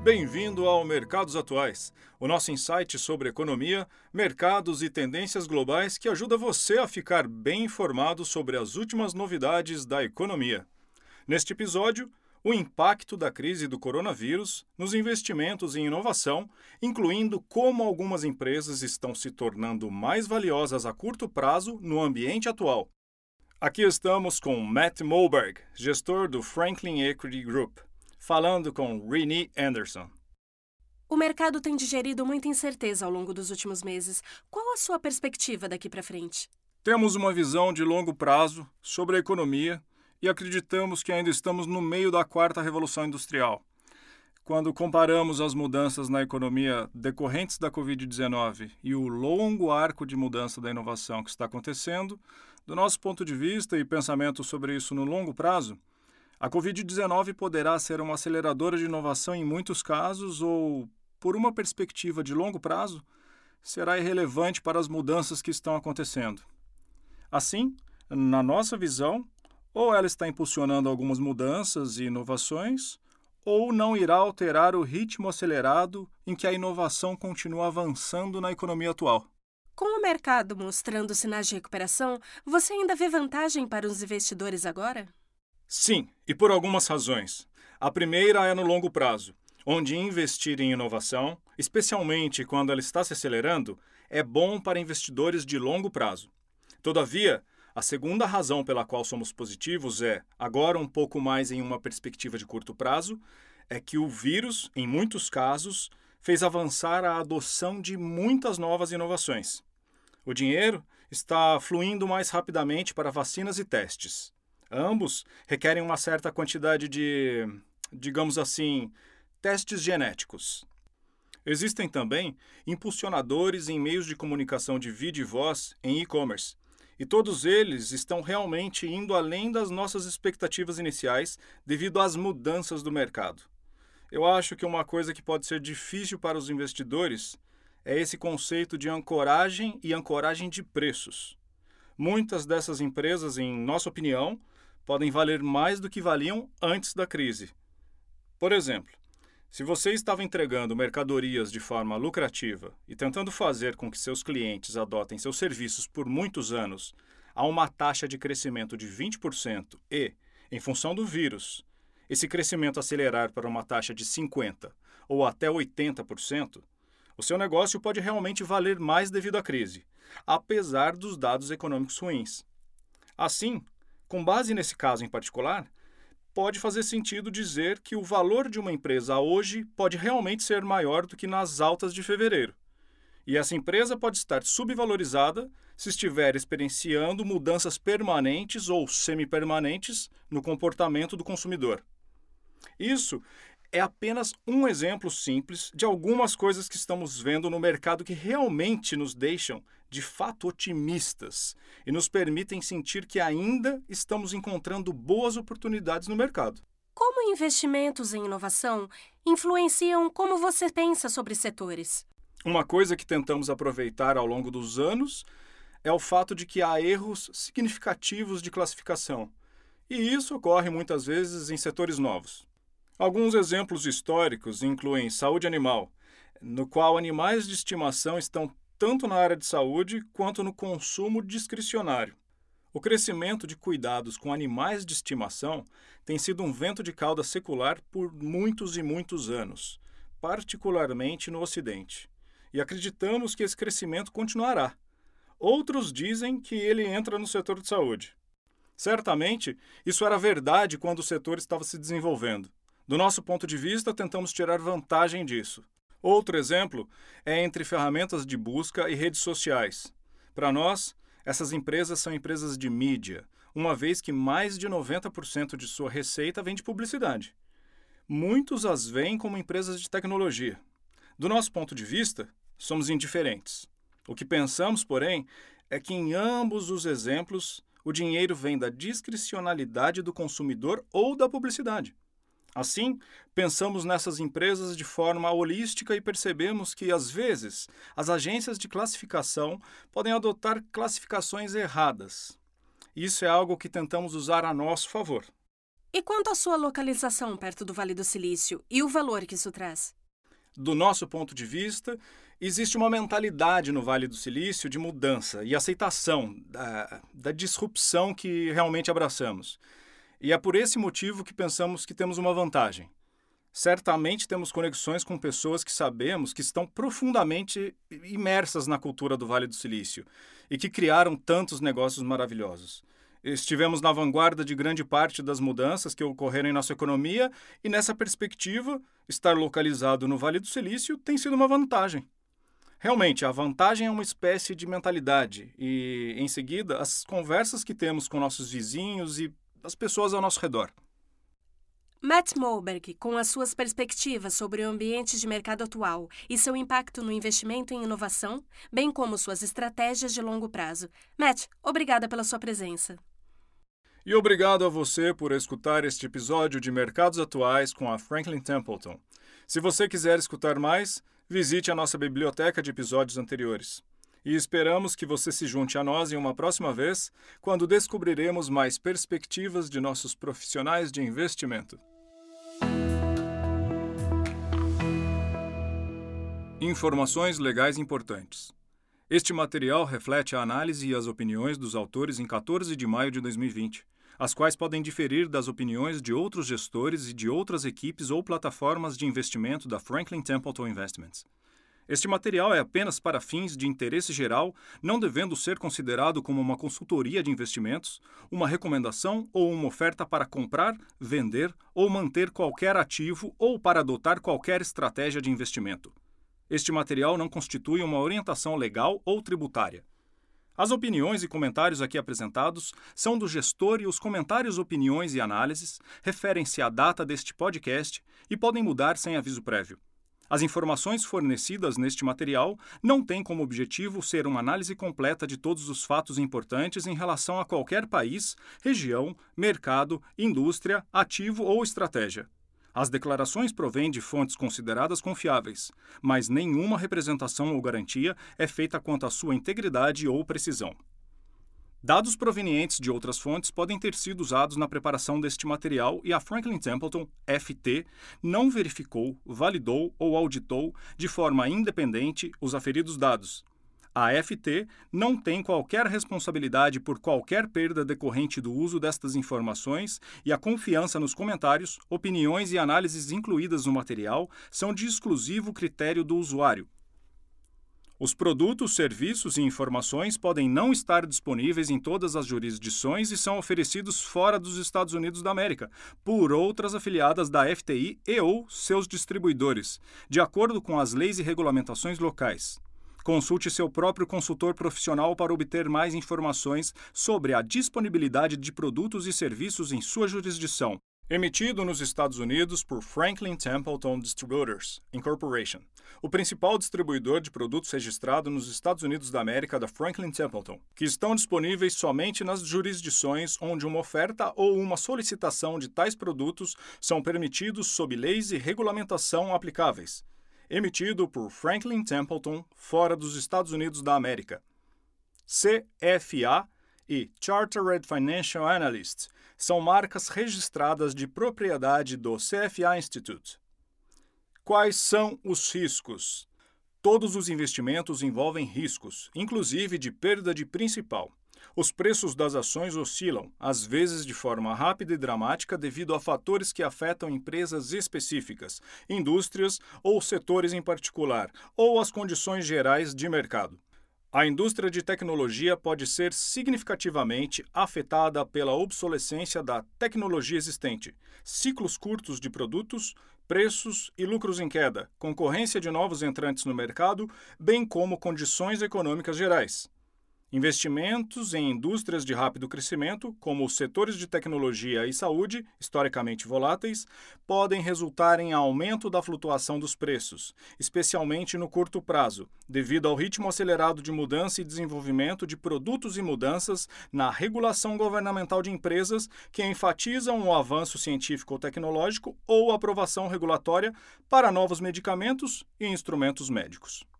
Bem-vindo ao Mercados Atuais, o nosso insight sobre economia, mercados e tendências globais que ajuda você a ficar bem informado sobre as últimas novidades da economia. Neste episódio, o impacto da crise do coronavírus nos investimentos em inovação, incluindo como algumas empresas estão se tornando mais valiosas a curto prazo no ambiente atual. Aqui estamos com Matt Moberg, gestor do Franklin Equity Group, falando com Renee Anderson. O mercado tem digerido muita incerteza ao longo dos últimos meses. Qual a sua perspectiva daqui para frente? Temos uma visão de longo prazo sobre a economia e acreditamos que ainda estamos no meio da quarta revolução industrial. Quando comparamos as mudanças na economia decorrentes da Covid-19 e o longo arco de mudança da inovação que está acontecendo, do nosso ponto de vista e pensamento sobre isso no longo prazo, a Covid-19 poderá ser uma aceleradora de inovação em muitos casos ou, por uma perspectiva de longo prazo, será irrelevante para as mudanças que estão acontecendo. Assim, na nossa visão, ou ela está impulsionando algumas mudanças e inovações, ou não irá alterar o ritmo acelerado em que a inovação continua avançando na economia atual. Com o mercado mostrando sinais de recuperação, você ainda vê vantagem para os investidores agora? Sim, e por algumas razões. A primeira é no longo prazo, onde investir em inovação, especialmente quando ela está se acelerando, é bom para investidores de longo prazo. Todavia, a segunda razão pela qual somos positivos é, agora um pouco mais em uma perspectiva de curto prazo, é que o vírus, em muitos casos, fez avançar a adoção de muitas novas inovações. O dinheiro está fluindo mais rapidamente para vacinas e testes. Ambos requerem uma certa quantidade de, digamos assim, testes genéticos. Existem também impulsionadores em meios de comunicação de vídeo e voz em e-commerce, e todos eles estão realmente indo além das nossas expectativas iniciais devido às mudanças do mercado. Eu acho que uma coisa que pode ser difícil para os investidores é esse conceito de ancoragem e ancoragem de preços. Muitas dessas empresas, em nossa opinião, podem valer mais do que valiam antes da crise. Por exemplo, se você estava entregando mercadorias de forma lucrativa e tentando fazer com que seus clientes adotem seus serviços por muitos anos a uma taxa de crescimento de 20% e, em função do vírus, esse crescimento acelerar para uma taxa de 50% ou até 80%, o seu negócio pode realmente valer mais devido à crise, apesar dos dados econômicos ruins. Assim, com base nesse caso em particular, pode fazer sentido dizer que o valor de uma empresa hoje pode realmente ser maior do que nas altas de fevereiro. E essa empresa pode estar subvalorizada se estiver experienciando mudanças permanentes ou semipermanentes no comportamento do consumidor. Isso é apenas um exemplo simples de algumas coisas que estamos vendo no mercado que realmente nos deixam, de fato, otimistas e nos permitem sentir que ainda estamos encontrando boas oportunidades no mercado. Como investimentos em inovação influenciam como você pensa sobre setores? Uma coisa que tentamos aproveitar ao longo dos anos é o fato de que há erros significativos de classificação, e isso ocorre muitas vezes em setores novos. Alguns exemplos históricos incluem saúde animal, no qual animais de estimação estão tanto na área de saúde quanto no consumo discricionário. O crescimento de cuidados com animais de estimação tem sido um vento de cauda secular por muitos e muitos anos, particularmente no Ocidente, e acreditamos que esse crescimento continuará. Outros dizem que ele entra no setor de saúde. Certamente, isso era verdade quando o setor estava se desenvolvendo. Do nosso ponto de vista, tentamos tirar vantagem disso. Outro exemplo é entre ferramentas de busca e redes sociais. Para nós, essas empresas são empresas de mídia, uma vez que mais de 90% de sua receita vem de publicidade. Muitos as veem como empresas de tecnologia. Do nosso ponto de vista, somos indiferentes. O que pensamos, porém, é que em ambos os exemplos, o dinheiro vem da discricionalidade do consumidor ou da publicidade. Assim, pensamos nessas empresas de forma holística e percebemos que, às vezes, as agências de classificação podem adotar classificações erradas. Isso é algo que tentamos usar a nosso favor. E quanto à sua localização perto do Vale do Silício e o valor que isso traz? Do nosso ponto de vista, existe uma mentalidade no Vale do Silício de mudança e aceitação da disrupção que realmente abraçamos. E é por esse motivo que pensamos que temos uma vantagem. Certamente temos conexões com pessoas que sabemos que estão profundamente imersas na cultura do Vale do Silício e que criaram tantos negócios maravilhosos. Estivemos na vanguarda de grande parte das mudanças que ocorreram em nossa economia e, nessa perspectiva, estar localizado no Vale do Silício tem sido uma vantagem. Realmente, a vantagem é uma espécie de mentalidade e, em seguida, as conversas que temos com nossos vizinhos e as pessoas ao nosso redor. Matt Moberg, com as suas perspectivas sobre o ambiente de mercado atual e seu impacto no investimento em inovação, bem como suas estratégias de longo prazo. Matt, obrigada pela sua presença. E obrigado a você por escutar este episódio de Mercados Atuais com a Franklin Templeton. Se você quiser escutar mais, visite a nossa biblioteca de episódios anteriores. E esperamos que você se junte a nós em uma próxima vez, quando descobriremos mais perspectivas de nossos profissionais de investimento. Informações legais importantes. Este material reflete a análise e as opiniões dos autores em 14 de maio de 2020. As quais podem diferir das opiniões de outros gestores e de outras equipes ou plataformas de investimento da Franklin Templeton Investments. Este material é apenas para fins de interesse geral, não devendo ser considerado como uma consultoria de investimentos, uma recomendação ou uma oferta para comprar, vender ou manter qualquer ativo ou para adotar qualquer estratégia de investimento. Este material não constitui uma orientação legal ou tributária. As opiniões e comentários aqui apresentados são do gestor e os comentários, opiniões e análises referem-se à data deste podcast e podem mudar sem aviso prévio. As informações fornecidas neste material não têm como objetivo ser uma análise completa de todos os fatos importantes em relação a qualquer país, região, mercado, indústria, ativo ou estratégia. As declarações provêm de fontes consideradas confiáveis, mas nenhuma representação ou garantia é feita quanto à sua integridade ou precisão. Dados provenientes de outras fontes podem ter sido usados na preparação deste material e a Franklin Templeton, FT, não verificou, validou ou auditou de forma independente os aferidos dados. A FT não tem qualquer responsabilidade por qualquer perda decorrente do uso destas informações e a confiança nos comentários, opiniões e análises incluídas no material são de exclusivo critério do usuário. Os produtos, serviços e informações podem não estar disponíveis em todas as jurisdições e são oferecidos fora dos Estados Unidos da América, por outras afiliadas da FTI e ou seus distribuidores, de acordo com as leis e regulamentações locais. Consulte seu próprio consultor profissional para obter mais informações sobre a disponibilidade de produtos e serviços em sua jurisdição. Emitido nos Estados Unidos por Franklin Templeton Distributors, Incorporation, o principal distribuidor de produtos registrado nos Estados Unidos da América da Franklin Templeton, que estão disponíveis somente nas jurisdições onde uma oferta ou uma solicitação de tais produtos são permitidos sob leis e regulamentação aplicáveis. Emitido por Franklin Templeton, fora dos Estados Unidos da América. CFA e Chartered Financial Analyst são marcas registradas de propriedade do CFA Institute. Quais são os riscos? Todos os investimentos envolvem riscos, inclusive de perda de principal. Os preços das ações oscilam, às vezes de forma rápida e dramática, devido a fatores que afetam empresas específicas, indústrias ou setores em particular, ou as condições gerais de mercado. A indústria de tecnologia pode ser significativamente afetada pela obsolescência da tecnologia existente, ciclos curtos de produtos, preços e lucros em queda, concorrência de novos entrantes no mercado, bem como condições econômicas gerais. Investimentos em indústrias de rápido crescimento, como os setores de tecnologia e saúde, historicamente voláteis, podem resultar em aumento da flutuação dos preços, especialmente no curto prazo, devido ao ritmo acelerado de mudança e desenvolvimento de produtos e mudanças na regulação governamental de empresas que enfatizam o avanço científico-tecnológico ou aprovação regulatória para novos medicamentos e instrumentos médicos.